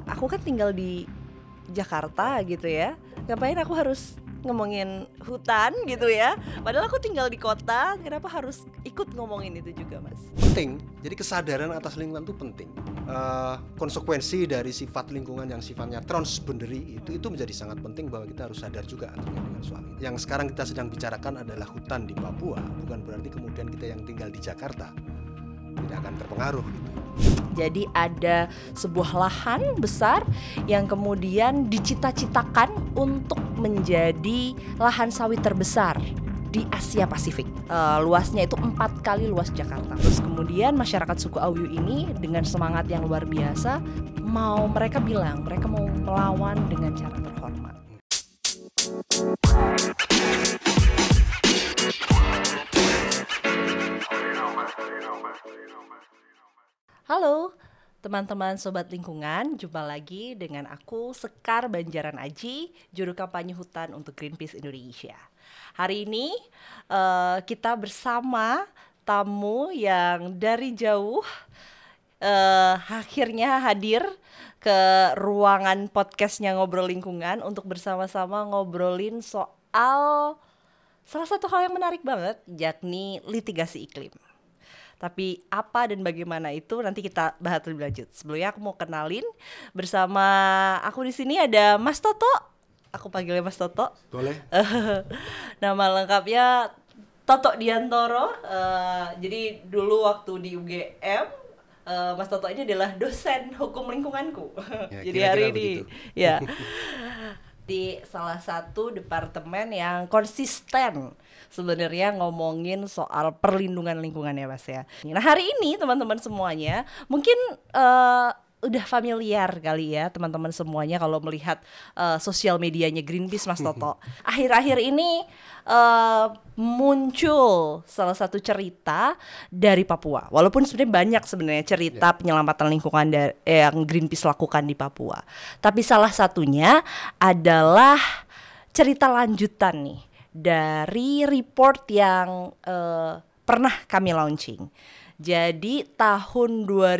aku kan tinggal di Jakarta gitu ya. Ngapain aku harus ngomongin hutan gitu ya? Padahal aku tinggal di kota, kenapa harus ikut ngomongin itu juga, Mas? Penting, jadi kesadaran atas lingkungan itu penting. Konsekuensi dari sifat lingkungan yang sifatnya transboundary itu menjadi sangat penting, bahwa kita harus sadar juga terkait dengan soal ini. Yang sekarang kita sedang bicarakan adalah hutan di Papua, bukan berarti kemudian kita yang tinggal di Jakarta tidak akan terpengaruh gitu. Jadi ada sebuah lahan besar yang kemudian dicita-citakan untuk menjadi lahan sawit terbesar di Asia Pasifik. Luasnya itu 4 kali luas Jakarta. Terus kemudian masyarakat suku Auyu ini dengan semangat yang luar biasa, mereka bilang mereka mau melawan dengan cara terhormat. Halo teman-teman Sobat Lingkungan, jumpa lagi dengan aku Sekar Banjaran Aji, juru kampanye hutan untuk Greenpeace Indonesia. Hari ini kita bersama tamu yang dari jauh akhirnya hadir ke ruangan podcastnya Ngobrol Lingkungan untuk bersama-sama ngobrolin soal salah satu hal yang menarik banget, yakni litigasi iklim. Tapi apa dan bagaimana itu nanti kita bahas lebih lanjut. Sebelumnya aku mau kenalin, bersama aku di sini ada Mas Toto. Aku panggilnya Mas Toto. Boleh. Nama lengkapnya Toto Diantoro. Jadi dulu waktu di UGM, Mas Toto ini adalah dosen hukum lingkunganku. Ya, jadi hari ini ya di salah satu departemen yang konsisten sebenarnya ngomongin soal perlindungan lingkungan ya Mas ya. Nah hari ini teman-teman semuanya mungkin udah familiar kali ya teman-teman semuanya kalau melihat sosial medianya Greenpeace Mas Toto. Akhir-akhir ini muncul salah satu cerita dari Papua. Walaupun sebenarnya banyak cerita penyelamatan lingkungan yang Greenpeace lakukan di Papua. Tapi salah satunya adalah cerita lanjutan nih dari report yang pernah kami launching. Jadi tahun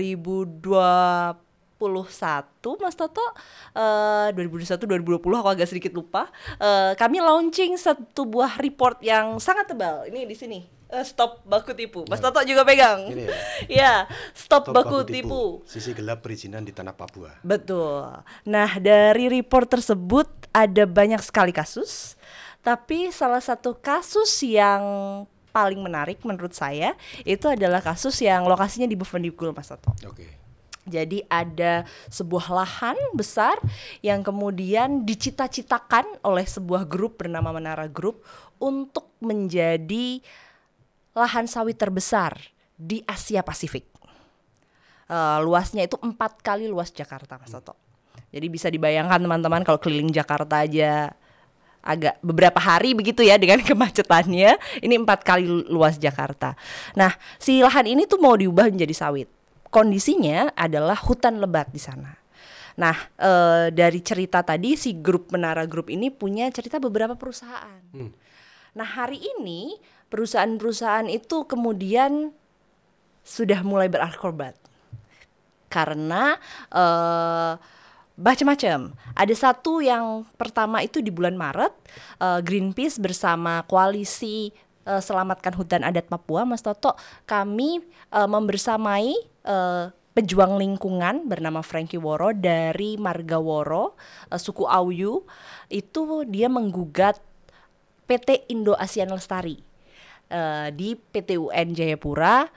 2021 Mas Toto, 2021-2020 aku agak sedikit lupa, kami launching satu buah report yang sangat tebal. Ini di sini, Stop Baku Tipu. Mas Toto juga pegang. Ini ya, Stop Baku Tipu. Sisi gelap perizinan di tanah Papua. Betul. Nah dari report tersebut ada banyak sekali kasus, tapi salah satu kasus yang paling menarik menurut saya itu adalah kasus yang lokasinya di Bovendigul Mas Toto. Oke. Jadi ada sebuah lahan besar yang kemudian dicita-citakan oleh sebuah grup bernama Menara Group untuk menjadi lahan sawit terbesar di Asia Pasifik. Luasnya itu 4 kali luas Jakarta Mas Toto. Jadi bisa dibayangkan teman-teman kalau keliling Jakarta aja agak beberapa hari begitu ya dengan kemacetannya, ini 4 kali luas Jakarta. Nah si lahan ini tuh mau diubah menjadi sawit. Kondisinya adalah hutan lebat di sana. Nah, dari cerita tadi si grup Menara Group ini punya cerita beberapa perusahaan. Nah, hari ini perusahaan-perusahaan itu kemudian sudah mulai berakrobat karena macam-macam. Ada satu yang pertama itu di bulan Maret, Greenpeace bersama koalisi Selamatkan Hutan Adat Papua, Mas Toto, kami membersamai pejuang lingkungan bernama Frankie Woro dari Margaworo, suku Auyu. Itu dia menggugat PT Indo Asian Lestari di PT UN Jayapura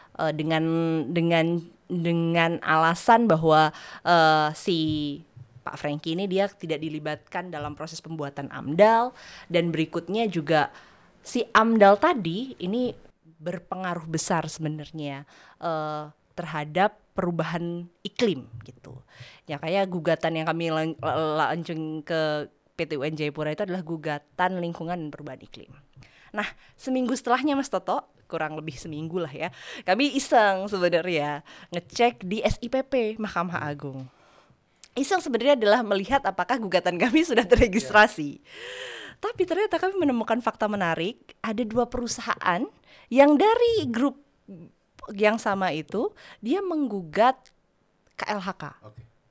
dengan alasan bahwa si Pak Frankie ini dia tidak dilibatkan dalam proses pembuatan AMDAL, dan berikutnya juga si AMDAL tadi ini berpengaruh besar sebenarnya terhadap perubahan iklim gitu. Ya kayak gugatan yang kami launching ke PT UN Jayapura itu adalah gugatan lingkungan dan perubahan iklim. Nah, seminggu setelahnya Mas Toto, kurang lebih seminggu lah ya, kami iseng sebenarnya ngecek di SIPP Mahkamah Agung. Iseng sebenarnya adalah melihat apakah gugatan kami sudah terregistrasi. Tapi ternyata kami menemukan fakta menarik, ada 2 perusahaan yang dari grup yang sama itu dia menggugat KLHK.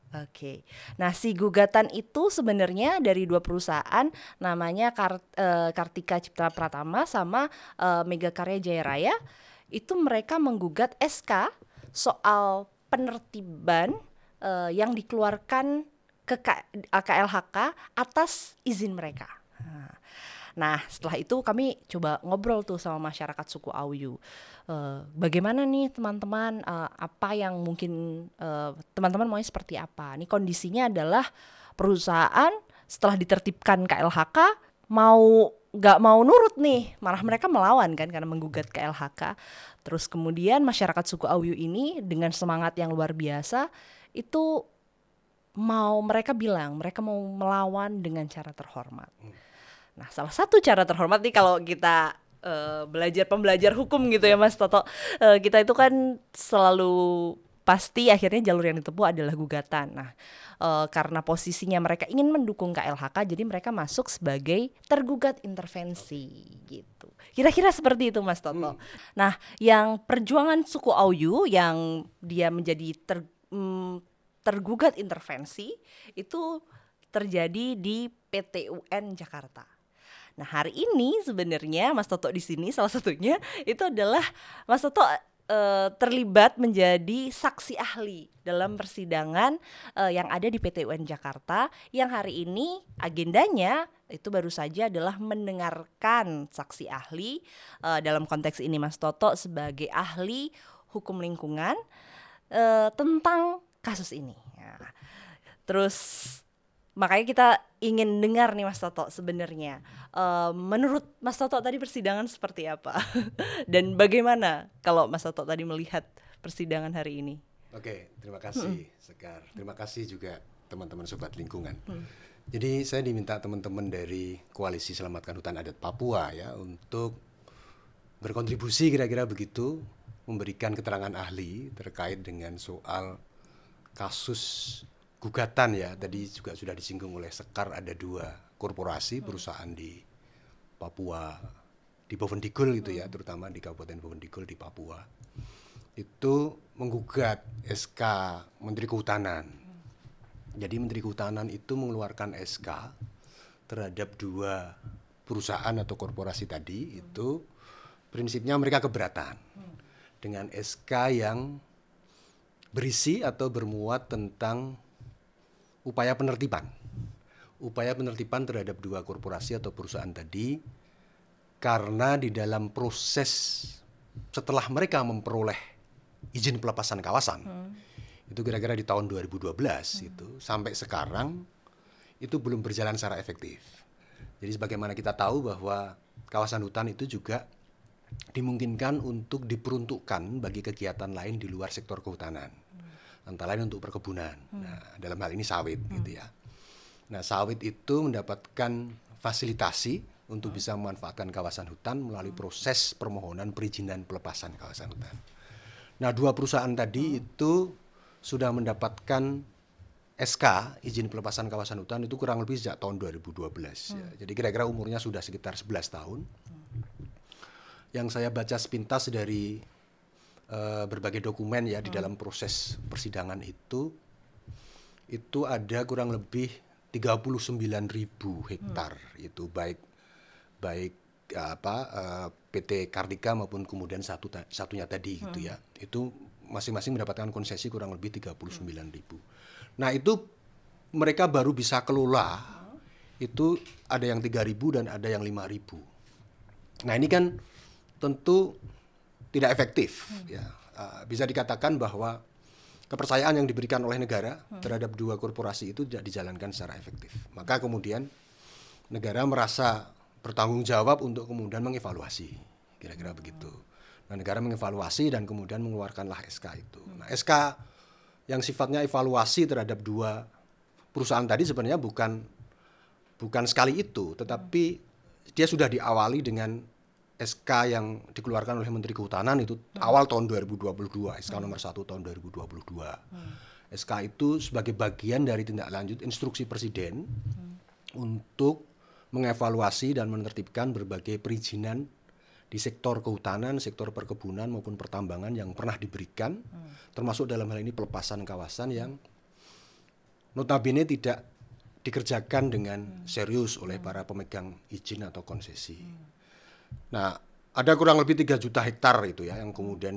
Oke. Nah, si gugatan itu sebenarnya dari dua perusahaan, namanya Kartika Cipta Pratama sama Mega Karya Jaya Raya. Itu mereka menggugat SK soal penertiban yang dikeluarkan ke KLHK atas izin mereka. Nah, setelah itu kami coba ngobrol tuh sama masyarakat suku Auyu. Bagaimana nih teman-teman, apa yang mungkin teman-teman maunya seperti apa? Nih kondisinya adalah perusahaan setelah ditertibkan KLHK nggak mau nurut nih, malah mereka melawan kan karena menggugat KLHK. Terus kemudian masyarakat suku Auyu ini dengan semangat yang luar biasa itu mereka bilang mereka mau melawan dengan cara terhormat. Nah, salah satu cara terhormat nih kalau kita pembelajar hukum gitu ya Mas Toto, kita itu kan selalu pasti akhirnya jalur yang ditempuh adalah gugatan. Nah, karena posisinya mereka ingin mendukung KLHK, jadi mereka masuk sebagai tergugat intervensi gitu. Kira-kira seperti itu Mas Toto. Nah, yang perjuangan suku Auyu yang dia menjadi tergugat intervensi itu terjadi di PT UN Jakarta. Nah, hari ini sebenarnya Mas Toto di sini salah satunya itu adalah Mas Toto terlibat menjadi saksi ahli dalam persidangan yang ada di PT UN Jakarta, yang hari ini agendanya itu baru saja adalah mendengarkan saksi ahli, dalam konteks ini Mas Toto sebagai ahli hukum lingkungan tentang kasus ini. Nah, terus makanya kita ingin dengar nih Mas Toto sebenarnya, menurut Mas Toto tadi persidangan seperti apa? Dan bagaimana kalau Mas Toto tadi melihat persidangan hari ini? Oke, terima kasih Sekar. Terima kasih juga teman-teman Sobat Lingkungan. Jadi saya diminta teman-teman dari Koalisi Selamatkan Hutan Adat Papua ya untuk berkontribusi kira-kira begitu, memberikan keterangan ahli terkait dengan soal kasus gugatan ya. Tadi juga sudah disinggung oleh Sekar, ada 2 korporasi perusahaan di Papua, di Bovendigul gitu ya, terutama di Kabupaten Bovendigul di Papua. Itu menggugat SK Menteri Kehutanan. Jadi Menteri Kehutanan itu mengeluarkan SK terhadap 2 perusahaan atau korporasi tadi, itu prinsipnya mereka keberatan dengan SK yang berisi atau bermuat tentang upaya penertiban terhadap 2 korporasi atau perusahaan tadi, karena di dalam proses setelah mereka memperoleh izin pelepasan kawasan itu kira-kira di tahun 2012 itu sampai sekarang itu belum berjalan secara efektif. Jadi sebagaimana kita tahu bahwa kawasan hutan itu juga dimungkinkan untuk diperuntukkan bagi kegiatan lain di luar sektor kehutanan, antara lain untuk perkebunan. Nah, dalam hal ini sawit gitu ya. Nah, sawit itu mendapatkan fasilitasi untuk bisa memanfaatkan kawasan hutan melalui proses permohonan perizinan pelepasan kawasan hutan. Nah, 2 perusahaan tadi itu sudah mendapatkan SK izin pelepasan kawasan hutan itu kurang lebih sejak tahun 2012 ya. Jadi kira-kira umurnya sudah sekitar 11 tahun. Yang saya baca sepintas dari berbagai dokumen ya di dalam proses persidangan itu ada kurang lebih 39.000 hektar itu baik PT Kartika maupun kemudian satunya tadi gitu ya. Itu masing-masing mendapatkan konsesi kurang lebih 39.000. Nah, itu mereka baru bisa kelola itu ada yang 3.000 dan ada yang 5.000. Nah, ini kan tentu tidak efektif ya. Bisa dikatakan bahwa kepercayaan yang diberikan oleh negara terhadap 2 korporasi itu tidak dijalankan secara efektif. Maka kemudian negara merasa bertanggung jawab untuk kemudian mengevaluasi, kira-kira begitu. Nah, negara mengevaluasi dan kemudian mengeluarkanlah SK itu. Nah, SK yang sifatnya evaluasi terhadap 2 perusahaan tadi sebenarnya bukan sekali itu, tetapi dia sudah diawali dengan SK yang dikeluarkan oleh Menteri Kehutanan itu awal tahun 2022, SK nomor 1 tahun 2022. SK itu sebagai bagian dari tindak lanjut instruksi Presiden untuk mengevaluasi dan menertibkan berbagai perizinan di sektor kehutanan, sektor perkebunan maupun pertambangan yang pernah diberikan, termasuk dalam hal ini pelepasan kawasan yang notabene tidak dikerjakan dengan serius oleh para pemegang izin atau konsesi. Nah, ada kurang lebih 3 juta hektar itu ya yang kemudian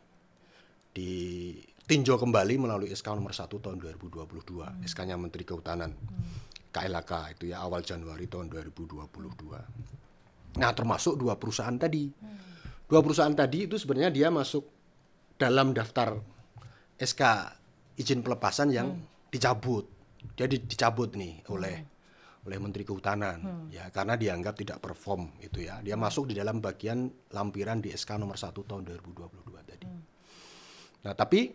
ditinjau kembali melalui SK nomor 1 tahun 2022, SK-nya Menteri Kehutanan, KLHK itu ya awal Januari tahun 2022. Nah, termasuk 2 perusahaan tadi. 2 perusahaan tadi itu sebenarnya dia masuk dalam daftar SK izin pelepasan yang dicabut. Jadi dicabut nih oleh Menteri Kehutanan ya karena dianggap tidak perform itu ya. Dia masuk di dalam bagian lampiran di SK nomor 1 tahun 2022 tadi. Nah, tapi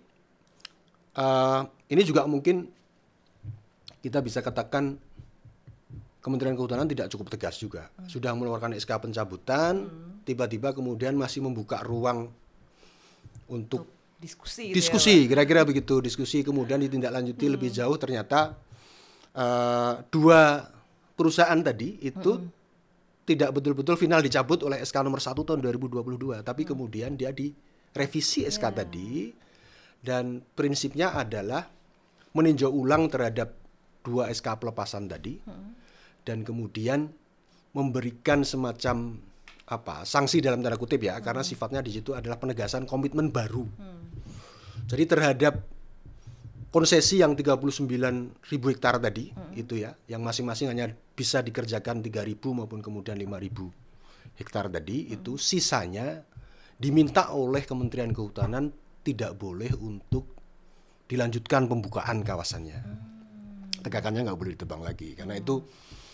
ini juga mungkin kita bisa katakan Kementerian Kehutanan tidak cukup tegas juga. Sudah mengeluarkan SK pencabutan, tiba-tiba kemudian masih membuka ruang untuk diskusi kira-kira begitu, diskusi kemudian ditindaklanjuti lebih jauh. Ternyata 2 perusahaan tadi itu tidak betul-betul final dicabut oleh SK nomor 1 tahun 2022, tapi kemudian dia direvisi SK tadi dan prinsipnya adalah meninjau ulang terhadap 2 SK pelepasan tadi dan kemudian memberikan semacam sanksi dalam tanda kutip ya, karena sifatnya di situ adalah penegasan komitmen baru. Jadi terhadap konsesi yang 39.000 hektar tadi itu ya, yang masing-masing hanya bisa dikerjakan 3.000 maupun kemudian 5.000 hektar tadi itu sisanya diminta oleh Kementerian Kehutanan tidak boleh untuk dilanjutkan pembukaan kawasannya. Tegakannya nggak boleh ditebang lagi karena itu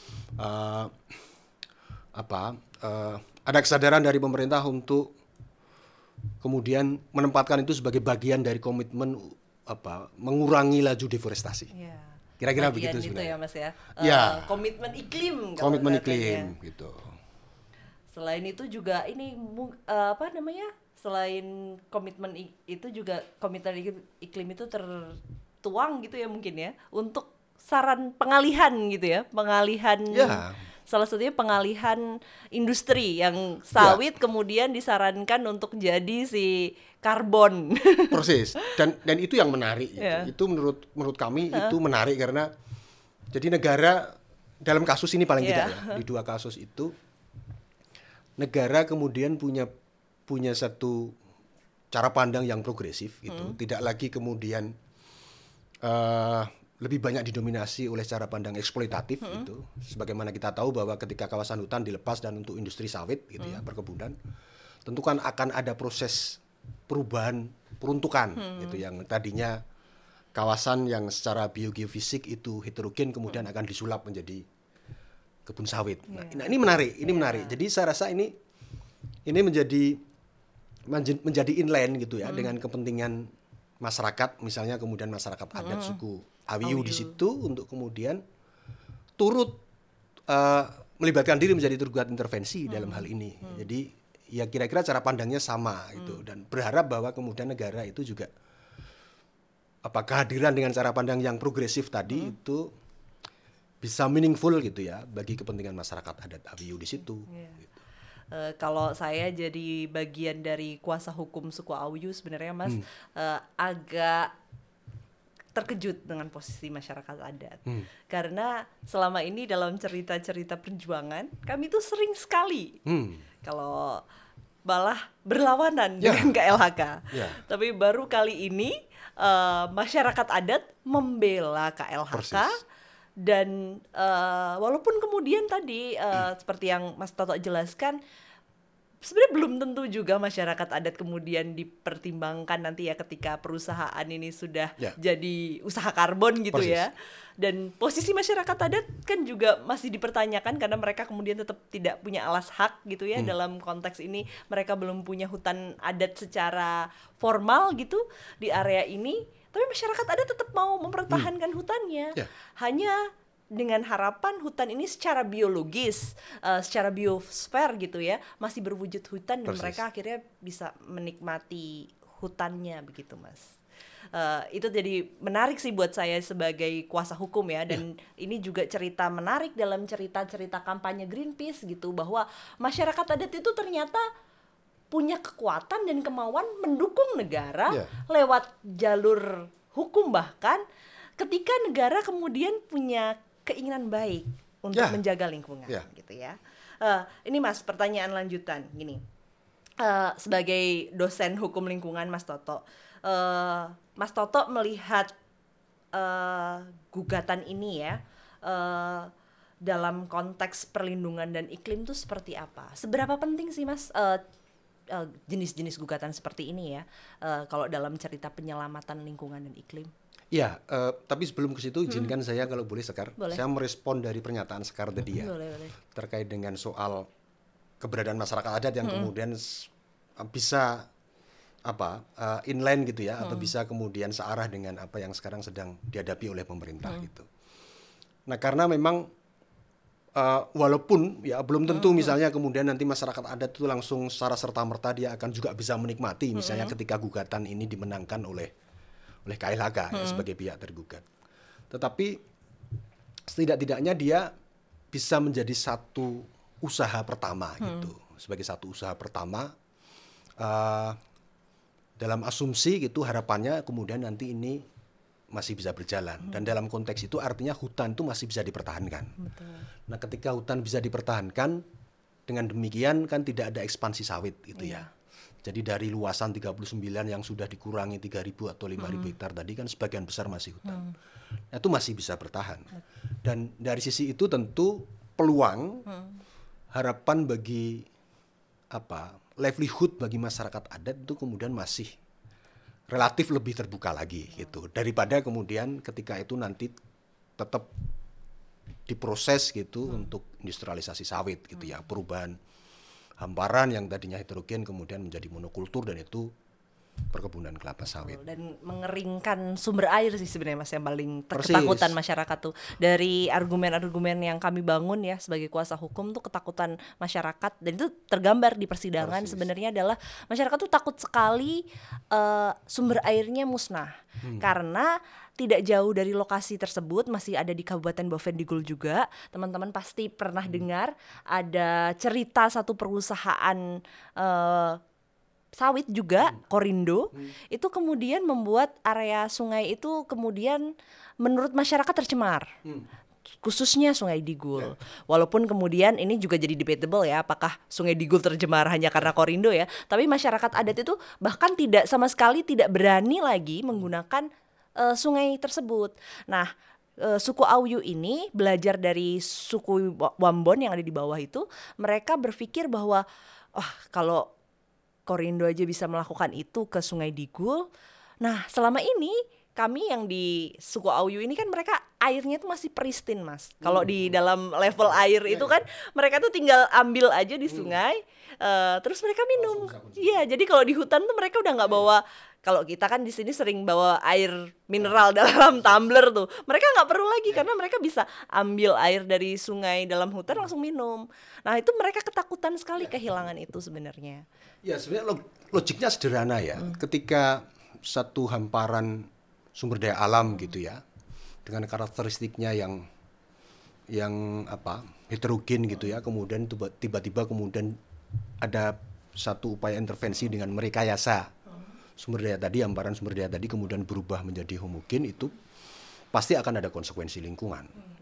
ada kesadaran dari pemerintah untuk kemudian menempatkan itu sebagai bagian dari komitmen mengurangi laju deforestasi. Ya. Kira-kira Bagian begitu sebenarnya. Ya Mas ya. Ya. Komitmen iklim. Komitmen iklim gitu. Selain itu juga ini selain komitmen itu juga komitmen iklim itu tertuang gitu ya mungkin ya untuk saran pengalihan gitu ya, pengalihan. Ya. Salah satunya pengalihan industri yang sawit kemudian disarankan untuk jadi si karbon. Persis. Dan itu yang menarik. Gitu. Itu menurut kami itu menarik karena jadi negara dalam kasus ini paling tidak ya, di 2 kasus itu negara kemudian punya satu cara pandang yang progresif gitu. Tidak lagi kemudian lebih banyak didominasi oleh cara pandang eksploitatif gitu. Sebagaimana kita tahu bahwa ketika kawasan hutan dilepas dan untuk industri sawit gitu ya, perkebunan, tentu kan akan ada proses perubahan peruntukan gitu yang tadinya kawasan yang secara biogeofisik itu heterogen kemudian akan disulap menjadi kebun sawit. Nah, ini menarik, Jadi saya rasa ini menjadi inline gitu ya dengan kepentingan masyarakat, misalnya kemudian masyarakat adat suku Awiyu di situ untuk kemudian turut melibatkan diri menjadi tergugat intervensi dalam hal ini. Jadi ya kira-kira cara pandangnya sama gitu dan berharap bahwa kemudian negara itu juga kehadiran dengan cara pandang yang progresif tadi itu bisa meaningful gitu ya bagi kepentingan masyarakat adat Awiyu di situ. Gitu. Kalau saya jadi bagian dari kuasa hukum suku Awiyu sebenarnya Mas agak terkejut dengan posisi masyarakat adat karena selama ini dalam cerita-cerita perjuangan kami tuh sering sekali kalau malah berlawanan dengan KLHK tapi baru kali ini masyarakat adat membela KLHK. Persis. Dan walaupun kemudian tadi seperti yang Mas Toto jelaskan sebenarnya belum tentu juga masyarakat adat kemudian dipertimbangkan nanti ya ketika perusahaan ini sudah jadi usaha karbon gitu. Persis. Ya. Dan posisi masyarakat adat kan juga masih dipertanyakan karena mereka kemudian tetap tidak punya alas hak gitu ya dalam konteks ini mereka belum punya hutan adat secara formal gitu di area ini. Tapi masyarakat adat tetap mau mempertahankan hutannya. Hanya dengan harapan hutan ini secara biologis, secara biosfer gitu ya, masih berwujud hutan dan mereka akhirnya bisa menikmati hutannya begitu Mas. Itu jadi menarik sih buat saya sebagai kuasa hukum ya dan ini juga cerita menarik dalam cerita-cerita kampanye Greenpeace gitu bahwa masyarakat adat itu ternyata punya kekuatan dan kemauan mendukung negara lewat jalur hukum bahkan ketika negara kemudian punya keinginan baik untuk Ya. menjaga lingkungan, Ya. gitu ya. Ini Mas, pertanyaan lanjutan gini. Sebagai dosen hukum lingkungan Mas Toto, Mas Toto melihat gugatan ini ya, dalam konteks perlindungan dan iklim tuh seperti apa? Seberapa penting sih Mas jenis-jenis gugatan seperti ini ya, kalau dalam cerita penyelamatan lingkungan dan iklim? Ya, tapi sebelum ke situ izinkan saya kalau boleh Sekar, Boleh. saya merespon dari pernyataan Sekar tadi ya, Boleh. terkait dengan soal keberadaan masyarakat adat yang kemudian bisa inline gitu ya, atau bisa kemudian searah dengan apa yang sekarang sedang dihadapi oleh pemerintah gitu. Nah, karena memang walaupun ya belum tentu misalnya kemudian nanti masyarakat adat itu langsung secara serta-merta dia akan juga bisa menikmati misalnya ketika gugatan ini dimenangkan oleh KLHK ya, sebagai pihak tergugat. Tetapi setidak-tidaknya dia bisa menjadi satu usaha pertama gitu, sebagai satu usaha pertama dalam asumsi gitu, harapannya kemudian nanti ini masih bisa berjalan. Dan dalam konteks itu artinya hutan itu masih bisa dipertahankan. Betul. Nah, ketika hutan bisa dipertahankan, dengan demikian kan tidak ada ekspansi sawit gitu ya. Jadi dari luasan 39 yang sudah dikurangi 3.000 atau 5.000 hektar tadi kan sebagian besar masih hutan. Nah, itu masih bisa bertahan. Dan dari sisi itu tentu peluang harapan bagi livelihood bagi masyarakat adat itu kemudian masih relatif lebih terbuka lagi gitu, daripada kemudian ketika itu nanti tetap diproses gitu untuk industrialisasi sawit gitu ya, perubahan hamparan yang tadinya heterogen kemudian menjadi monokultur, dan itu perkebunan kelapa sawit. Dan mengeringkan sumber air sih sebenarnya Mas yang paling Persis. ketakutan masyarakat tuh. Dari argumen-argumen yang kami bangun ya sebagai kuasa hukum tuh, ketakutan masyarakat, dan itu tergambar di persidangan. Persis. Sebenarnya adalah masyarakat tuh takut sekali sumber airnya musnah. Karena tidak jauh dari lokasi tersebut masih ada di Kabupaten Bovendigul juga. Teman-teman pasti pernah dengar ada cerita satu perusahaan sawit juga, Korindo, itu kemudian membuat area sungai itu kemudian menurut masyarakat tercemar. Khususnya Sungai Digul. Walaupun kemudian ini juga jadi debatable ya, apakah Sungai Digul tercemar hanya karena Korindo ya. Tapi masyarakat adat itu bahkan tidak sama sekali tidak berani lagi menggunakan sungai tersebut. Nah, suku Auyu ini belajar dari suku Wambon yang ada di bawah itu. Mereka berpikir bahwa kalau Korindo aja bisa melakukan itu ke Sungai Digul. Nah, selama ini kami yang di suku Auyu ini kan mereka airnya tuh masih pristine Mas. Kalau di dalam level air itu kan mereka tuh tinggal ambil aja di sungai, terus mereka minum. Iya, jadi kalau di hutan tuh mereka udah nggak bawa. Kalau kita kan di sini sering bawa air mineral dalam tumbler tuh. Mereka nggak perlu lagi karena mereka bisa ambil air dari sungai dalam hutan langsung minum. Nah, itu mereka ketakutan sekali kehilangan itu sebenarnya. Ya, sebenarnya logiknya sederhana ya. Ketika satu hamparan sumber daya alam gitu ya, dengan karakteristiknya yang heterogen gitu ya, kemudian tiba-tiba kemudian ada satu upaya intervensi dengan merekayasa sumber daya tadi, hamparan sumber daya tadi kemudian berubah menjadi homogen, itu pasti akan ada konsekuensi lingkungan.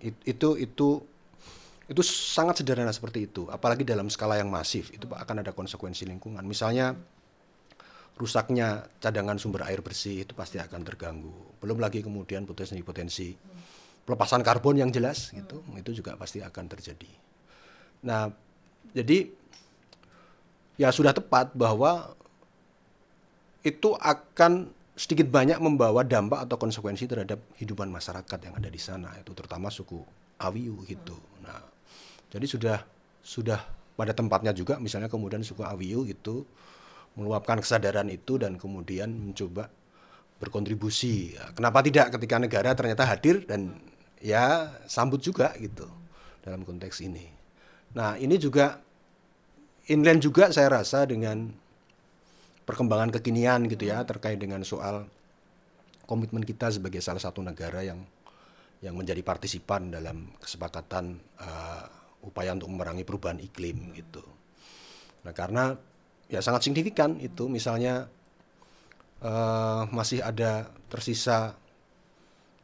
Itu sangat sederhana seperti itu. Apalagi dalam skala yang masif, itu akan ada konsekuensi lingkungan. Misalnya rusaknya cadangan sumber air bersih itu pasti akan terganggu. Belum lagi kemudian potensi pelepasan karbon yang jelas gitu, itu juga pasti akan terjadi. Nah, jadi ya sudah tepat bahwa itu akan sedikit banyak membawa dampak atau konsekuensi terhadap kehidupan masyarakat yang ada di sana, itu terutama suku Auyu gitu. Nah, jadi sudah pada tempatnya juga misalnya kemudian suku Auyu itu meluapkan kesadaran itu dan kemudian mencoba berkontribusi. Ya, kenapa tidak ketika negara ternyata hadir dan ya sambut juga gitu dalam konteks ini. Nah, ini juga inline juga saya rasa dengan perkembangan kekinian gitu ya, terkait dengan soal komitmen kita sebagai salah satu negara yang menjadi partisipan dalam kesepakatan upaya untuk memerangi perubahan iklim gitu. Nah, karena ya sangat signifikan itu, misalnya masih ada tersisa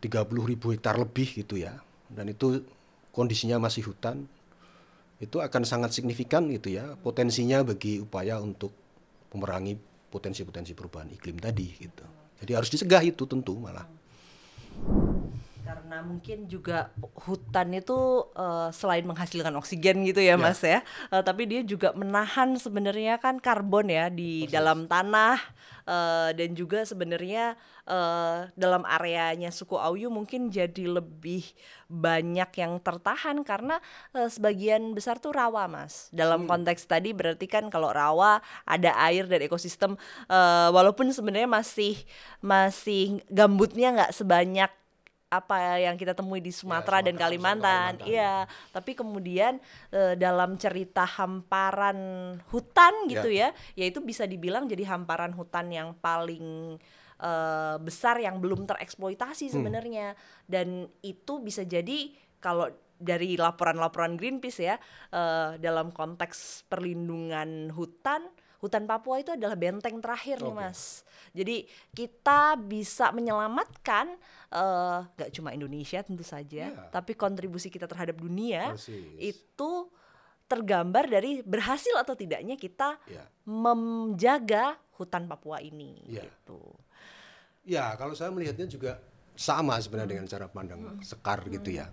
30.000 hektar lebih gitu ya, dan itu kondisinya masih hutan, itu akan sangat signifikan gitu ya potensinya bagi upaya untuk memerangi potensi-potensi perubahan iklim tadi gitu. Jadi harus dicegah itu tentu malah. Karena mungkin juga hutan itu selain menghasilkan oksigen gitu ya Mas ya, tapi dia juga menahan sebenarnya kan karbon ya di dalam tanah, dan juga sebenarnya dalam areanya suku Auyu mungkin jadi lebih banyak yang tertahan karena sebagian besar tuh rawa Mas. Dalam konteks tadi berarti kan kalau rawa ada air dan ekosistem, walaupun sebenarnya masih gambutnya nggak sebanyak apa yang kita temui di Sumatera dan Kalimantan. Iya, tapi kemudian dalam cerita hamparan hutan gitu ya itu bisa dibilang jadi hamparan hutan yang paling besar yang belum tereksploitasi sebenarnya. Dan itu bisa jadi kalau dari laporan-laporan Greenpeace ya, dalam konteks perlindungan hutan Papua itu adalah benteng terakhir nih Mas. Jadi kita bisa menyelamatkan gak cuma Indonesia tentu saja, tapi kontribusi kita terhadap dunia itu tergambar dari berhasil atau tidaknya kita menjaga hutan Papua ini gitu. Ya, kalau saya melihatnya juga sama sebenarnya dengan cara pandang Sekar gitu ya.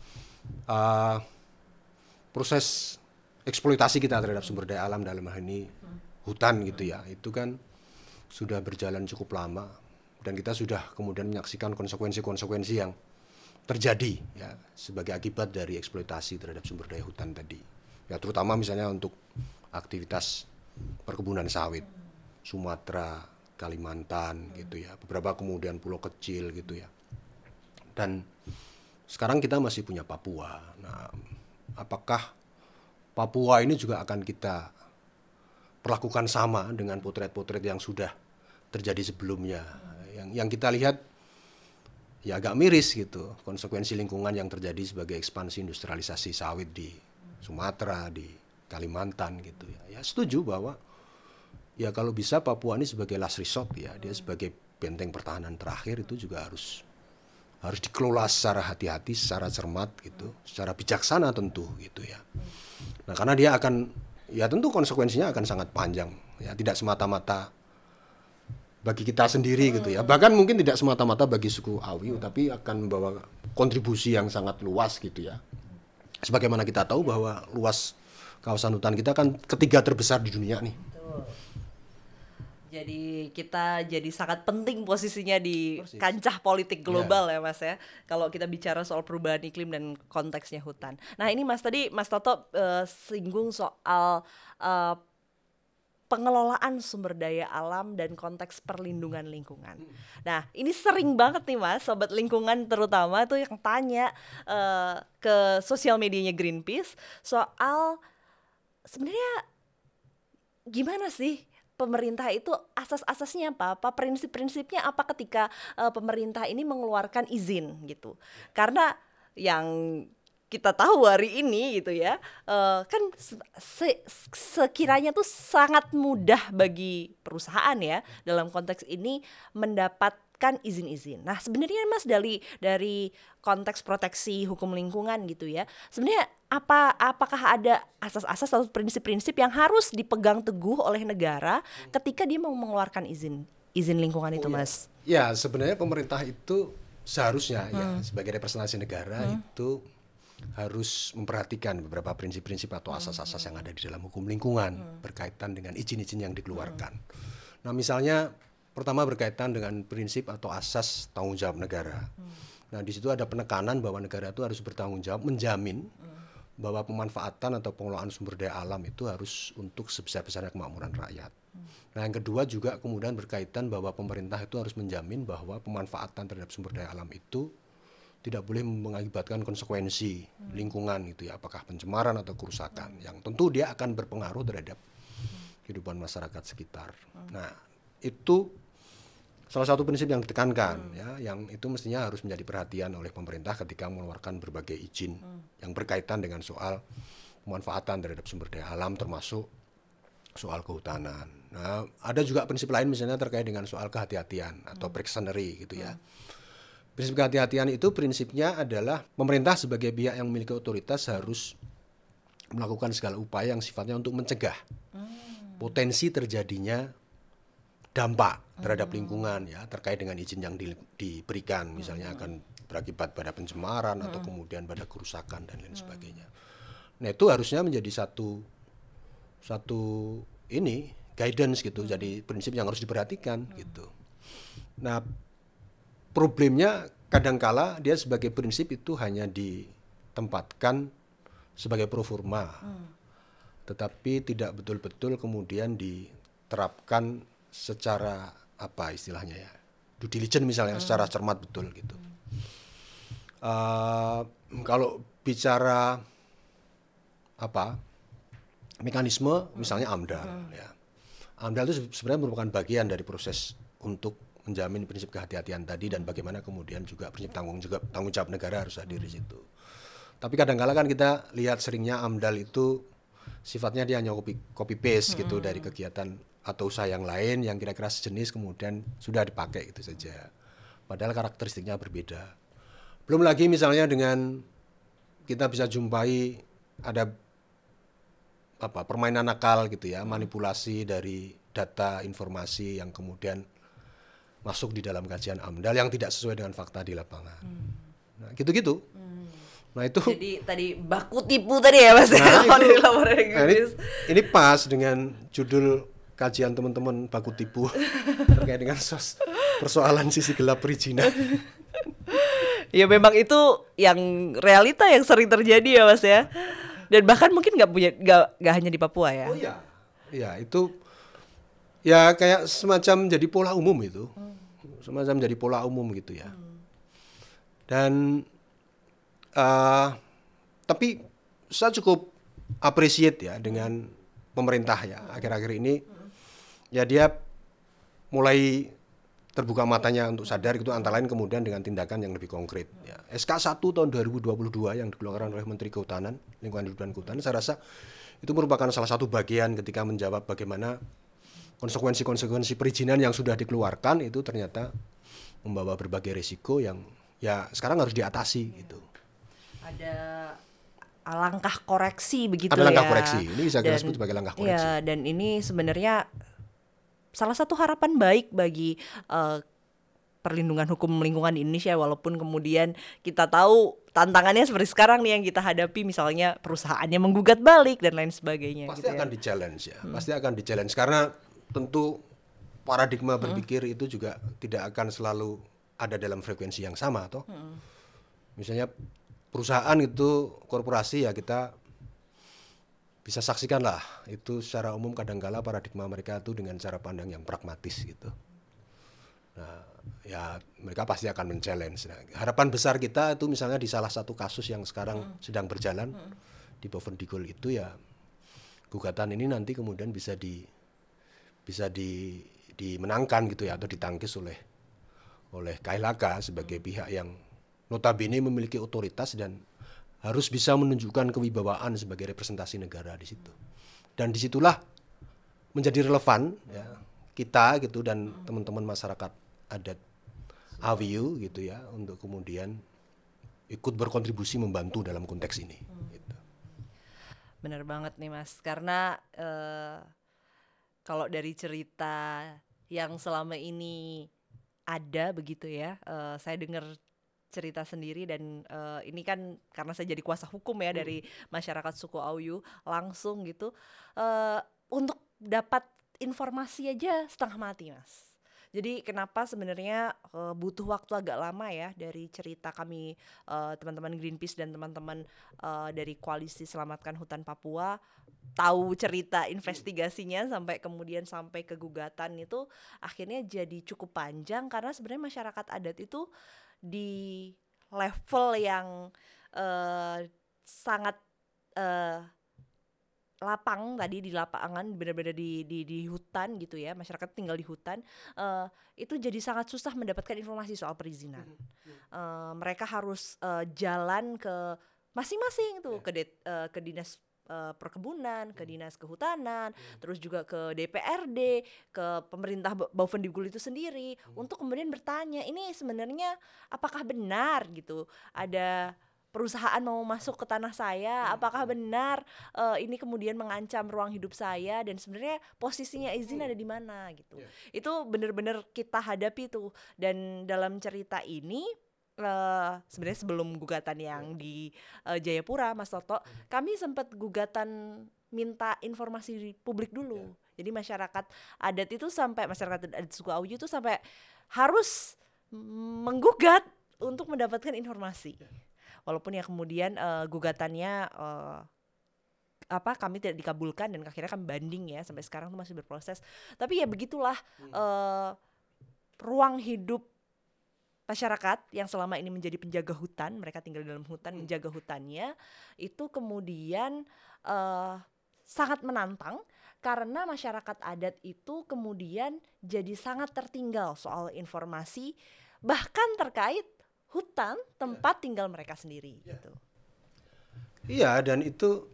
Proses eksploitasi kita terhadap sumber daya alam dalam hal ini hutan gitu ya, itu kan sudah berjalan cukup lama dan kita sudah kemudian menyaksikan konsekuensi-konsekuensi yang terjadi ya sebagai akibat dari eksploitasi terhadap sumber daya hutan tadi. Ya terutama misalnya untuk aktivitas perkebunan sawit, Sumatera, Kalimantan gitu ya, beberapa kemudian pulau kecil gitu ya. Dan sekarang kita masih punya Papua. Nah, apakah Papua ini juga akan kita perlakukan sama dengan potret-potret yang sudah terjadi sebelumnya? Yang kita lihat ya agak miris gitu, konsekuensi lingkungan yang terjadi sebagai ekspansi industrialisasi sawit di Sumatera, di Kalimantan gitu ya. Ya setuju bahwa ya kalau bisa Papua ini sebagai last resort ya, dia sebagai benteng pertahanan terakhir itu juga harus dikelola secara hati-hati, secara cermat gitu, secara bijaksana tentu gitu ya. Nah, karena dia akan ya tentu konsekuensinya akan sangat panjang ya, tidak semata-mata bagi kita sendiri gitu ya, bahkan mungkin tidak semata-mata bagi suku Auyu, tapi akan membawa kontribusi yang sangat luas gitu ya. Sebagaimana kita tahu bahwa luas kawasan hutan kita kan ketiga terbesar di dunia nih. Jadi kita jadi sangat penting posisinya di kancah politik global ya Mas ya, kalau kita bicara soal perubahan iklim dan konteksnya hutan. Nah ini Mas, tadi Mas Toto singgung soal pengelolaan sumber daya alam dan konteks perlindungan lingkungan. Nah ini sering banget nih Mas, sobat lingkungan terutama tuh yang tanya ke sosial medianya Greenpeace soal sebenarnya gimana sih pemerintah itu asas-asasnya apa prinsip-prinsipnya apa ketika pemerintah ini mengeluarkan izin gitu. Karena yang kita tahu hari ini gitu ya, kan sekiranya tuh sangat mudah bagi perusahaan ya dalam konteks ini mendapatkan izin-izin. Nah sebenarnya Mas dari konteks proteksi hukum lingkungan gitu ya, sebenarnya apakah ada asas-asas atau prinsip-prinsip yang harus dipegang teguh oleh negara ketika dia mau mengeluarkan izin lingkungan itu Mas? Ya sebenarnya pemerintah itu seharusnya ya sebagai representasi negara itu harus memperhatikan beberapa prinsip-prinsip atau asas-asas yang ada di dalam hukum lingkungan berkaitan dengan izin-izin yang dikeluarkan. Nah misalnya pertama berkaitan dengan prinsip atau asas tanggung jawab negara. Nah di situ ada penekanan bahwa negara itu harus bertanggung jawab menjamin bahwa pemanfaatan atau pengelolaan sumber daya alam itu harus untuk sebesar-besarnya kemakmuran rakyat. Nah yang kedua juga kemudian berkaitan bahwa pemerintah itu harus menjamin bahwa pemanfaatan terhadap sumber daya alam itu tidak boleh mengakibatkan konsekuensi lingkungan gitu ya, apakah pencemaran atau kerusakan yang tentu dia akan berpengaruh terhadap kehidupan masyarakat sekitar. Nah itu salah satu prinsip yang ditekankan ya, yang itu mestinya harus menjadi perhatian oleh pemerintah ketika mengeluarkan berbagai izin yang berkaitan dengan soal pemanfaatan terhadap sumber daya alam termasuk soal kehutanan. Nah, ada juga prinsip lain misalnya terkait dengan soal kehati-hatian atau precautionary gitu ya. Prinsip kehati-hatian itu prinsipnya adalah pemerintah sebagai pihak yang memiliki otoritas harus melakukan segala upaya yang sifatnya untuk mencegah potensi terjadinya dampak terhadap lingkungan ya terkait dengan izin yang diberikan, misalnya akan berakibat pada pencemaran atau kemudian pada kerusakan dan lain sebagainya. Nah, itu harusnya menjadi satu ini guidance gitu, jadi prinsip yang harus diperhatikan gitu. Nah, problemnya kadangkala dia sebagai prinsip itu hanya ditempatkan sebagai pro forma, tetapi tidak betul-betul kemudian diterapkan secara apa istilahnya ya, due diligence misalnya, secara cermat betul gitu. Kalau bicara apa mekanisme misalnya AMDAL ya, AMDAL itu sebenarnya merupakan bagian dari proses untuk menjamin prinsip kehati-hatian tadi, dan bagaimana kemudian juga prinsip tanggung jawab negara harus hadir di situ. Tapi kadang-kala kan kita lihat seringnya AMDAL itu sifatnya dia hanya copy paste gitu dari kegiatan atau usaha yang lain yang kira-kira sejenis, kemudian sudah dipakai gitu saja. Padahal karakteristiknya berbeda. Belum lagi misalnya dengan kita bisa jumpai ada permainan nakal gitu ya, manipulasi dari data informasi yang kemudian masuk di dalam kajian AMDAL yang tidak sesuai dengan fakta di lapangan. Nah, gitu-gitu. Nah, itu jadi tadi baku tipu tadi ya Mas. Nah, ini pas dengan judul kajian teman-teman baku tipu terkait dengan persoalan sisi gelap perizinan. Ya memang itu yang realita yang sering terjadi ya Mas ya. Dan bahkan mungkin nggak hanya di Papua ya. Oh iya. Ya, itu ya kayak semacam jadi pola umum itu. Semacam jadi pola umum gitu ya. Dan tapi saya cukup appreciate ya dengan pemerintah ya akhir-akhir ini. Ya dia mulai terbuka matanya untuk sadar gitu, antara lain kemudian dengan tindakan yang lebih konkret ya. SK 1 tahun 2022 yang dikeluarkan oleh Menteri Kehutanan, Lingkungan Hidup dan Kehutanan, saya rasa itu merupakan salah satu bagian ketika menjawab bagaimana konsekuensi perizinan yang sudah dikeluarkan itu ternyata membawa berbagai risiko yang ya sekarang harus diatasi gitu. Ada langkah koreksi begitu ya. Ada langkah koreksi. Ini bisa kita sebut sebagai langkah koreksi. Ya, dan ini sebenarnya salah satu harapan baik bagi perlindungan hukum lingkungan di Indonesia, walaupun kemudian kita tahu tantangannya seperti sekarang nih yang kita hadapi, misalnya perusahaannya menggugat balik dan lain sebagainya. Pasti gitu akan di-challenge ya. Pasti akan di-challenge karena tentu paradigma berpikir itu juga tidak akan selalu ada dalam frekuensi yang sama toh. Misalnya perusahaan itu korporasi ya, kita bisa saksikan lah itu secara umum kadangkala paradigma mereka itu dengan cara pandang yang pragmatis gitu. Nah ya mereka pasti akan men-challenge. Nah, harapan besar kita itu misalnya di salah satu kasus yang sekarang sedang berjalan di Boven Digul itu ya, gugatan ini nanti kemudian bisa dimenangkan gitu ya, atau ditangkis oleh KLHK sebagai pihak yang notabene memiliki otoritas dan harus bisa menunjukkan kewibawaan sebagai representasi negara di situ. Dan disitulah menjadi relevan ya kita gitu dan teman-teman masyarakat adat AWU gitu ya untuk kemudian ikut berkontribusi membantu dalam konteks ini. Gitu. Bener banget nih Mas, karena kalau dari cerita yang selama ini ada begitu ya, saya dengar cerita sendiri dan ini kan karena saya jadi kuasa hukum ya dari masyarakat suku Auyu langsung gitu, untuk dapat informasi aja setengah mati Mas. Jadi kenapa sebenarnya butuh waktu agak lama ya dari cerita kami teman-teman Greenpeace dan teman-teman dari Koalisi Selamatkan Hutan Papua tahu cerita investigasinya sampai kemudian sampai ke gugatan itu akhirnya jadi cukup panjang, karena sebenarnya masyarakat adat itu di level yang sangat lapang tadi, di lapangan benar-benar di hutan gitu ya, masyarakat tinggal di hutan, itu jadi sangat susah mendapatkan informasi soal perizinan. Mereka harus jalan ke masing-masing tuh ke dinas perkebunan, ke dinas kehutanan, terus juga ke DPRD, ke pemerintah Bougainville itu sendiri, untuk kemudian bertanya, ini sebenarnya apakah benar gitu ada perusahaan mau masuk ke tanah saya, apakah benar ini kemudian mengancam ruang hidup saya, dan sebenarnya posisinya izin ada di mana gitu. Itu benar-benar kita hadapi tuh. Dan dalam cerita ini sebenarnya sebelum gugatan yang di Jayapura, Mas Toto, kami sempat gugatan minta informasi publik dulu. Jadi masyarakat adat itu sampai, masyarakat adat suku Auyu itu sampai harus menggugat untuk mendapatkan informasi. Walaupun ya kemudian gugatannya kami tidak dikabulkan, dan akhirnya kami banding ya, sampai sekarang tuh masih berproses. Tapi ya begitulah ruang hidup masyarakat yang selama ini menjadi penjaga hutan, mereka tinggal di dalam hutan, menjaga hutannya, itu kemudian sangat menantang karena masyarakat adat itu kemudian jadi sangat tertinggal soal informasi, bahkan terkait hutan tempat tinggal mereka sendiri gitu. Iya, dan itu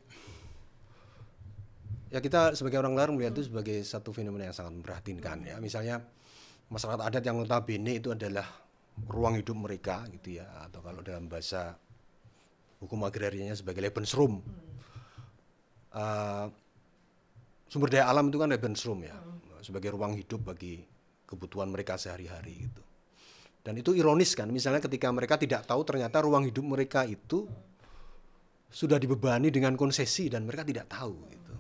ya kita sebagai orang luar melihat itu sebagai satu fenomena yang sangat memprihatinkan ya. Misalnya masyarakat adat yang notabene itu adalah ruang hidup mereka gitu ya, atau kalau dalam bahasa hukum agrarianya sebagai Lebensraum. Sumber daya alam itu kan Lebensraum ya, sebagai ruang hidup bagi kebutuhan mereka sehari-hari gitu. Dan itu ironis kan, misalnya ketika mereka tidak tahu ternyata ruang hidup mereka itu sudah dibebani dengan konsesi dan mereka tidak tahu gitu.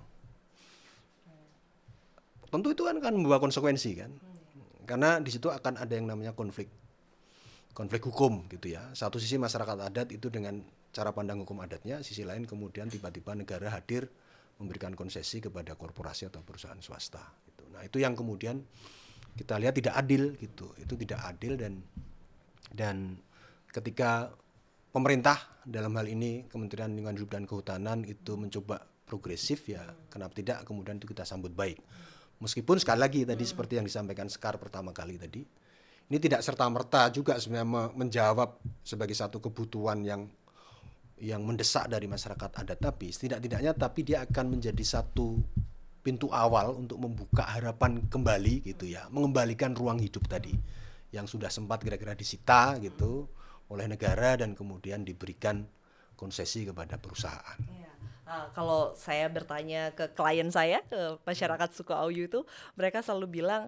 Tentu itu kan membawa konsekuensi kan, karena di situ akan ada yang namanya konflik hukum gitu ya. Satu sisi masyarakat adat itu dengan cara pandang hukum adatnya, sisi lain kemudian tiba-tiba negara hadir memberikan konsesi kepada korporasi atau perusahaan swasta gitu. Nah itu yang kemudian kita lihat tidak adil gitu. Itu tidak adil, dan ketika pemerintah dalam hal ini Kementerian Lingkungan Hidup dan Kehutanan itu mencoba progresif ya, kenapa tidak kemudian itu kita sambut baik. Meskipun sekali lagi tadi seperti yang disampaikan Sekar pertama kali tadi, ini tidak serta-merta juga sebenarnya menjawab sebagai satu kebutuhan yang mendesak dari masyarakat adat, tapi setidak-tidaknya dia akan menjadi satu pintu awal untuk membuka harapan kembali gitu ya, mengembalikan ruang hidup tadi yang sudah sempat kira-kira disita gitu oleh negara dan kemudian diberikan konsesi kepada perusahaan. Kalau saya bertanya ke klien saya, ke masyarakat suku Auyu itu, mereka selalu bilang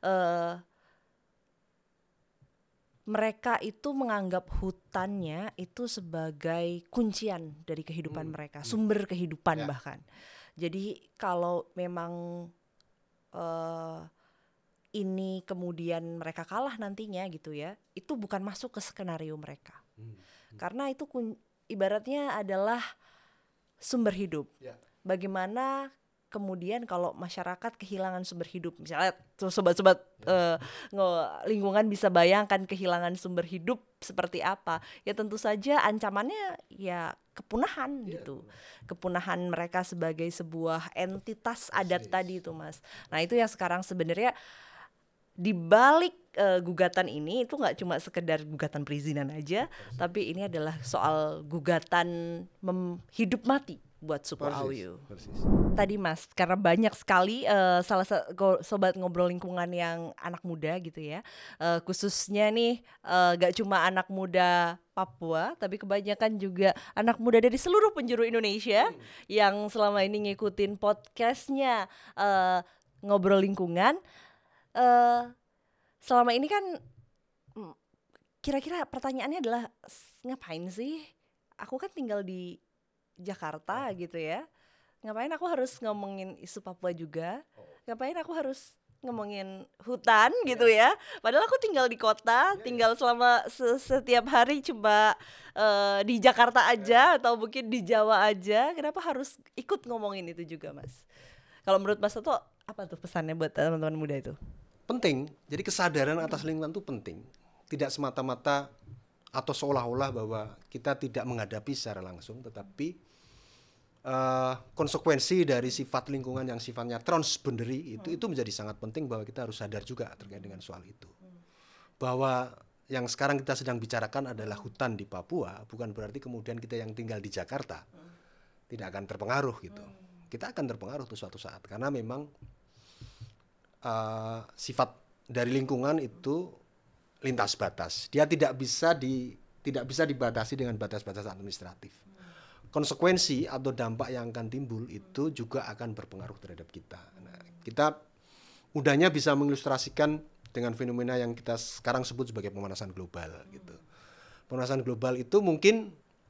mereka itu menganggap hutannya itu sebagai kuncian dari kehidupan mereka, sumber kehidupan bahkan. Jadi kalau memang ini kemudian mereka kalah nantinya gitu ya, itu bukan masuk ke skenario mereka. Karena itu ibaratnya adalah sumber hidup. Bagaimana kemudian kalau masyarakat kehilangan sumber hidup, misalnya sobat-sobat lingkungan bisa bayangkan kehilangan sumber hidup seperti apa, ya tentu saja ancamannya ya kepunahan gitu, kepunahan mereka sebagai sebuah entitas adat tadi itu Mas. Nah itu yang sekarang sebenarnya di balik gugatan ini itu nggak cuma sekedar gugatan perizinan aja, tapi ini adalah soal gugatan hidup mati buat suku Auyu. Tadi Mas, karena banyak sekali salah satu sobat ngobrol lingkungan yang anak muda gitu ya, khususnya nih gak cuma anak muda Papua, tapi kebanyakan juga anak muda dari seluruh penjuru Indonesia yang selama ini ngikutin podcastnya ngobrol lingkungan. Selama ini kan kira-kira pertanyaannya adalah ngapain sih? Aku kan tinggal di Jakarta gitu ya. Ngapain aku harus ngomongin isu Papua juga? Ngapain aku harus ngomongin hutan gitu ya? Padahal aku tinggal di kota, tinggal selama setiap hari coba di Jakarta aja atau mungkin di Jawa aja. Kenapa harus ikut ngomongin itu juga, Mas? Kalau menurut Mas Toto, apa tuh pesannya buat teman-teman muda itu? Penting. Jadi kesadaran atas lingkungan itu penting. Tidak semata-mata atau seolah-olah bahwa kita tidak menghadapi secara langsung, tetapi konsekuensi dari sifat lingkungan yang sifatnya transboundary itu menjadi sangat penting, bahwa kita harus sadar juga terkait dengan soal itu. Bahwa yang sekarang kita sedang bicarakan adalah hutan di Papua, bukan berarti kemudian kita yang tinggal di Jakarta tidak akan terpengaruh gitu. Kita akan terpengaruh tuh suatu saat karena memang sifat dari lingkungan itu lintas batas. Dia tidak bisa dibatasi dengan batas-batas administratif. Konsekuensi atau dampak yang akan timbul itu juga akan berpengaruh terhadap kita. Nah, kita mudahnya bisa mengilustrasikan dengan fenomena yang kita sekarang sebut sebagai pemanasan global gitu. Pemanasan global itu mungkin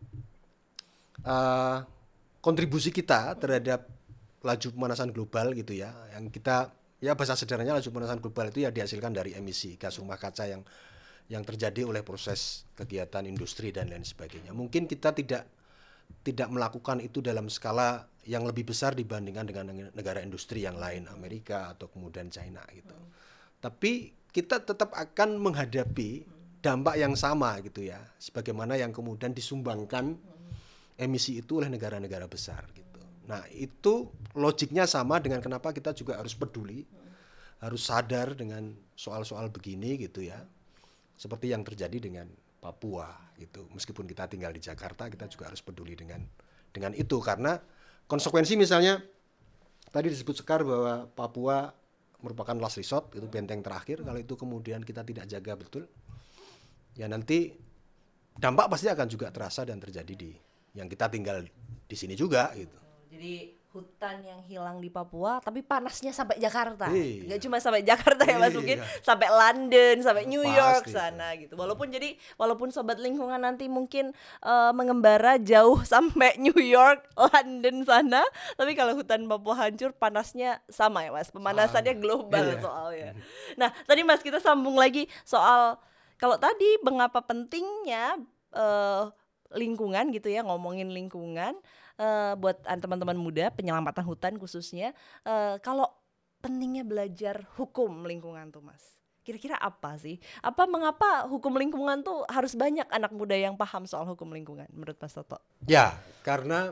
kontribusi kita terhadap laju pemanasan global gitu ya, yang kita ya bahasa sederhananya laju pemanasan global itu ya dihasilkan dari emisi gas rumah kaca yang terjadi oleh proses kegiatan industri dan lain sebagainya. Mungkin kita tidak melakukan itu dalam skala yang lebih besar dibandingkan dengan negara industri yang lain, Amerika atau kemudian China gitu. Tapi kita tetap akan menghadapi dampak yang sama gitu ya, sebagaimana yang kemudian disumbangkan emisi itu oleh negara-negara besar gitu. Nah, itu logiknya sama dengan kenapa kita juga harus peduli, harus sadar dengan soal-soal begini gitu ya. Seperti yang terjadi dengan Papua gitu. Meskipun kita tinggal di Jakarta, kita juga harus peduli dengan itu karena konsekuensi misalnya tadi disebut Sekar bahwa Papua merupakan last resort, itu benteng terakhir. Kalau itu kemudian kita tidak jaga betul, ya nanti dampak pasti akan juga terasa dan terjadi di yang kita tinggal di sini juga gitu. Jadi hutan yang hilang di Papua tapi panasnya sampai Jakarta. Iya. Nggak cuma sampai Jakarta ya Mas, mungkin sampai London, sampai New York sana gitu. Walaupun sobat lingkungan nanti mungkin mengembara jauh sampai New York, London sana, tapi kalau hutan Papua hancur panasnya sama ya Mas. Pemanasannya global soalnya. Nah, tadi Mas kita sambung lagi soal kalau tadi mengapa pentingnya lingkungan gitu ya, ngomongin lingkungan buat teman-teman muda penyelamatan hutan khususnya, kalau pentingnya belajar hukum lingkungan tuh Mas, kira-kira apa sih? Mengapa hukum lingkungan tuh harus banyak anak muda yang paham soal hukum lingkungan menurut Mas Toto? Ya, karena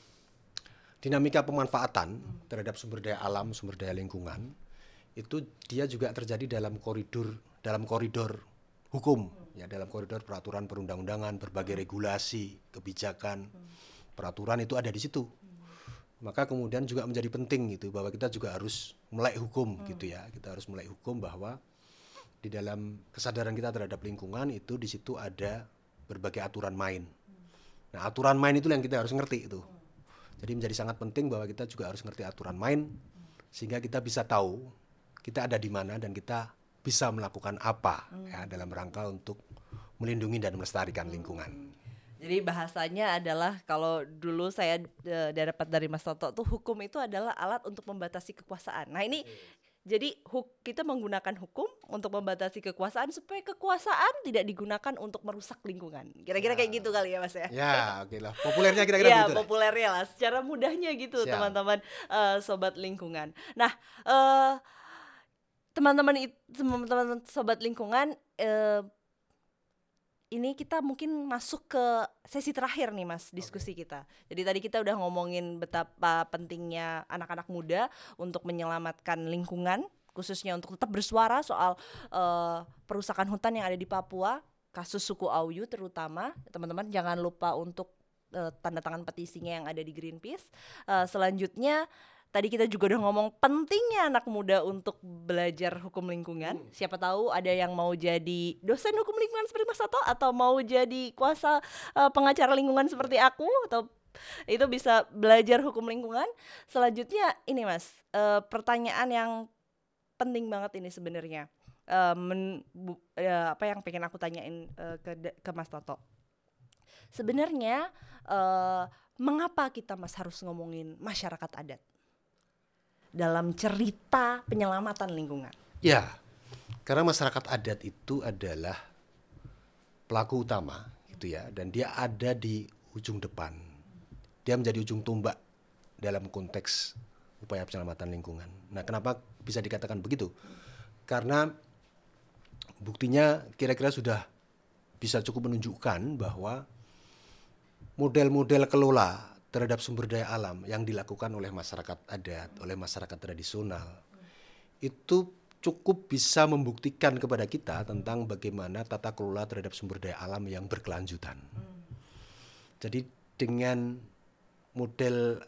dinamika pemanfaatan terhadap sumber daya alam, sumber daya lingkungan itu dia juga terjadi dalam koridor hukum, ya, dalam koridor peraturan perundang-undangan, berbagai regulasi, kebijakan, peraturan itu ada di situ. Maka kemudian juga menjadi penting gitu bahwa kita juga harus melek hukum gitu ya. Kita harus melek hukum bahwa di dalam kesadaran kita terhadap lingkungan itu di situ ada berbagai aturan main. Nah, aturan main itu yang kita harus ngerti itu. Jadi menjadi sangat penting bahwa kita juga harus ngerti aturan main sehingga kita bisa tahu kita ada di mana dan kita bisa melakukan apa ya dalam rangka untuk melindungi dan melestarikan lingkungan. Jadi bahasanya adalah kalau dulu saya dapat dari Mas Toto tuh hukum itu adalah alat untuk membatasi kekuasaan. Nah ini jadi kita menggunakan hukum untuk membatasi kekuasaan supaya kekuasaan tidak digunakan untuk merusak lingkungan. Kira-kira kayak gitu kali ya Mas ya? Ya oke lah, populernya kira-kira begitu lah. Ya populernya lah, secara mudahnya gitu. Siap. Teman-teman sobat lingkungan. Nah teman-teman sobat lingkungan, ini kita mungkin masuk ke sesi terakhir nih Mas, diskusi kita. Jadi tadi kita udah ngomongin betapa pentingnya anak-anak muda untuk menyelamatkan lingkungan, khususnya untuk tetap bersuara soal perusakan hutan yang ada di Papua, kasus suku Auyu terutama. Teman-teman jangan lupa untuk tanda tangan petisinya yang ada di Greenpeace. Selanjutnya tadi kita juga udah ngomong pentingnya anak muda untuk belajar hukum lingkungan. Siapa tahu ada yang mau jadi dosen hukum lingkungan seperti Mas Toto, atau mau jadi kuasa pengacara lingkungan seperti aku, atau itu bisa belajar hukum lingkungan. Selanjutnya ini Mas, pertanyaan yang penting banget ini sebenarnya. Apa yang pengen aku tanyain ke Mas Toto. Sebenarnya mengapa kita Mas harus ngomongin masyarakat adat dalam cerita penyelamatan lingkungan? Ya, karena masyarakat adat itu adalah pelaku utama gitu ya, dan dia ada di ujung depan. Dia menjadi ujung tombak dalam konteks upaya penyelamatan lingkungan. Nah, kenapa bisa dikatakan begitu? Karena buktinya kira-kira sudah bisa cukup menunjukkan bahwa model-model kelola terhadap sumber daya alam yang dilakukan oleh masyarakat adat, oleh masyarakat tradisional, itu cukup bisa membuktikan kepada kita tentang bagaimana tata kelola terhadap sumber daya alam yang berkelanjutan. Jadi dengan model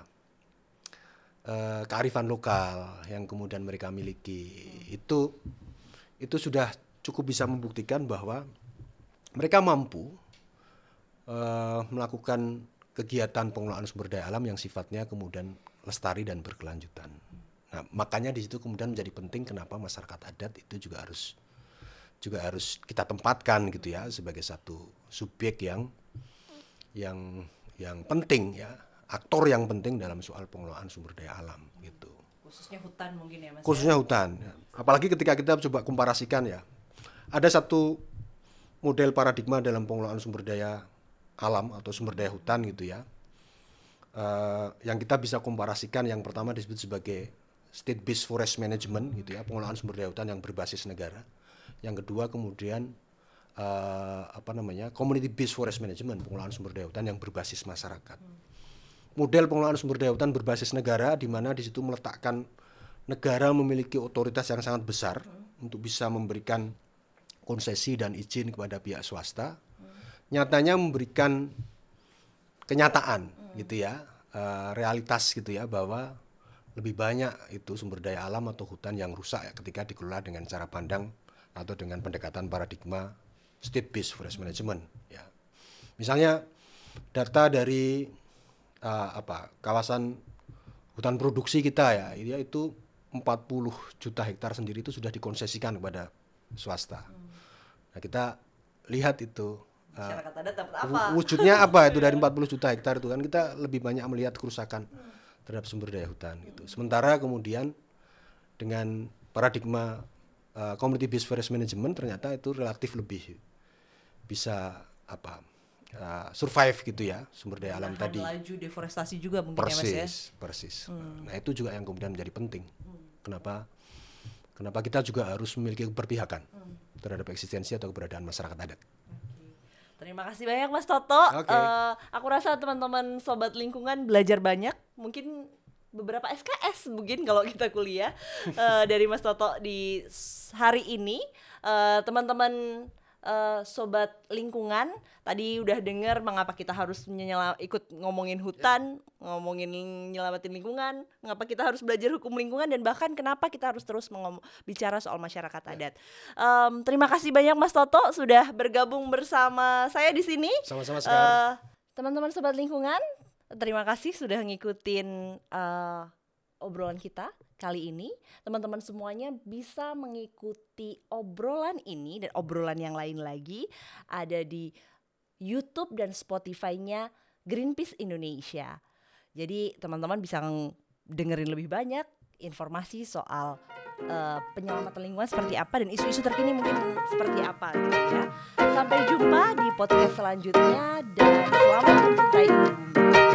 kearifan lokal yang kemudian mereka miliki itu sudah cukup bisa membuktikan bahwa mereka mampu melakukan kegiatan pengelolaan sumber daya alam yang sifatnya kemudian lestari dan berkelanjutan. Nah, makanya di situ kemudian menjadi penting kenapa masyarakat adat itu juga harus kita tempatkan gitu ya sebagai satu subjek yang penting ya, aktor yang penting dalam soal pengelolaan sumber daya alam gitu. Khususnya hutan mungkin ya Mas. Khususnya hutan. Ya. Apalagi ketika kita coba komparasikan ya. Ada satu model paradigma dalam pengelolaan sumber daya alam atau sumber daya hutan gitu ya. Yang kita bisa komparasikan yang pertama disebut sebagai state based forest management gitu ya, pengelolaan sumber daya hutan yang berbasis negara. Yang kedua kemudian community based forest management, pengelolaan sumber daya hutan yang berbasis masyarakat. Model pengelolaan sumber daya hutan berbasis negara di mana di situ meletakkan negara memiliki otoritas yang sangat besar untuk bisa memberikan konsesi dan izin kepada pihak swasta. Nyatanya memberikan kenyataan gitu ya, realitas gitu ya, bahwa lebih banyak itu sumber daya alam atau hutan yang rusak ya, ketika dikelola dengan cara pandang atau dengan pendekatan paradigma state based forest management ya. Misalnya data dari kawasan hutan produksi kita ya, itu 40 juta hektar sendiri itu sudah dikonsesikan kepada swasta. Nah, kita lihat itu masyarakat adat dapat apa? Wujudnya apa itu dari 40 juta hektar itu kan, kita lebih banyak melihat kerusakan terhadap sumber daya hutan gitu. Sementara kemudian dengan paradigma community based forest management ternyata itu relatif lebih bisa survive gitu ya, sumber daya alam tadi. Laju deforestasi juga mungkin ya Mas ya. Persis. Nah, itu juga yang kemudian menjadi penting. Kenapa kita juga harus memiliki keberpihakan terhadap eksistensi atau keberadaan masyarakat adat. Terima kasih banyak Mas Toto. Aku rasa teman-teman sobat lingkungan belajar banyak, mungkin beberapa SKS mungkin kalau kita kuliah dari Mas Toto di hari ini. Teman-teman sobat lingkungan tadi udah dengar mengapa kita harus ikut ngomongin hutan, ngomongin nyelamatin lingkungan, mengapa kita harus belajar hukum lingkungan, dan bahkan kenapa kita harus terus bicara soal masyarakat adat. Terima kasih banyak Mas Toto sudah bergabung bersama saya di sini. Sama-sama sekali. Teman-teman sobat lingkungan, terima kasih sudah ngikutin obrolan kita kali ini. Teman-teman semuanya bisa mengikuti obrolan ini dan obrolan yang lain lagi ada di YouTube dan Spotify-nya Greenpeace Indonesia. Jadi teman-teman bisa dengerin lebih banyak informasi soal penyelamatan lingkungan seperti apa dan isu-isu terkini mungkin seperti apa gitu ya. Sampai jumpa di podcast selanjutnya dan selamat mencintai bumi.